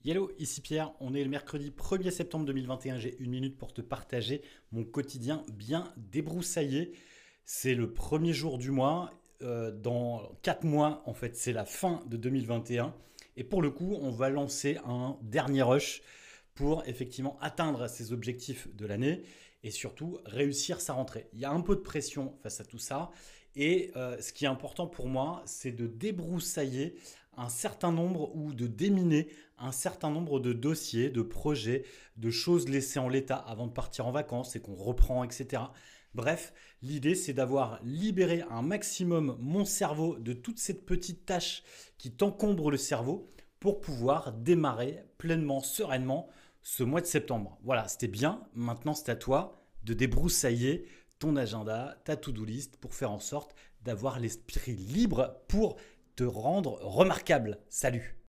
Hello, ici Pierre, on est le mercredi 1er septembre 2021, j'ai une minute pour te partager mon quotidien bien débroussaillé. C'est le premier jour du mois, dans 4 mois en fait c'est la fin de 2021 et pour le coup on va lancer un dernier rush pour effectivement atteindre ses objectifs de l'année et surtout réussir sa rentrée. Il y a un peu de pression face à tout ça et ce qui est important pour moi, c'est de débroussailler un certain nombre ou de déminer un certain nombre de dossiers, de projets, de choses laissées en l'état avant de partir en vacances et qu'on reprend, etc. Bref, l'idée c'est d'avoir libéré un maximum mon cerveau de toute cette petite tâche qui t'encombre le cerveau pour pouvoir démarrer pleinement, sereinement ce mois de septembre. Voilà, c'était bien. Maintenant, c'est à toi de débroussailler ton agenda, ta to-do list pour faire en sorte d'avoir l'esprit libre pour te rendre remarquable. Salut!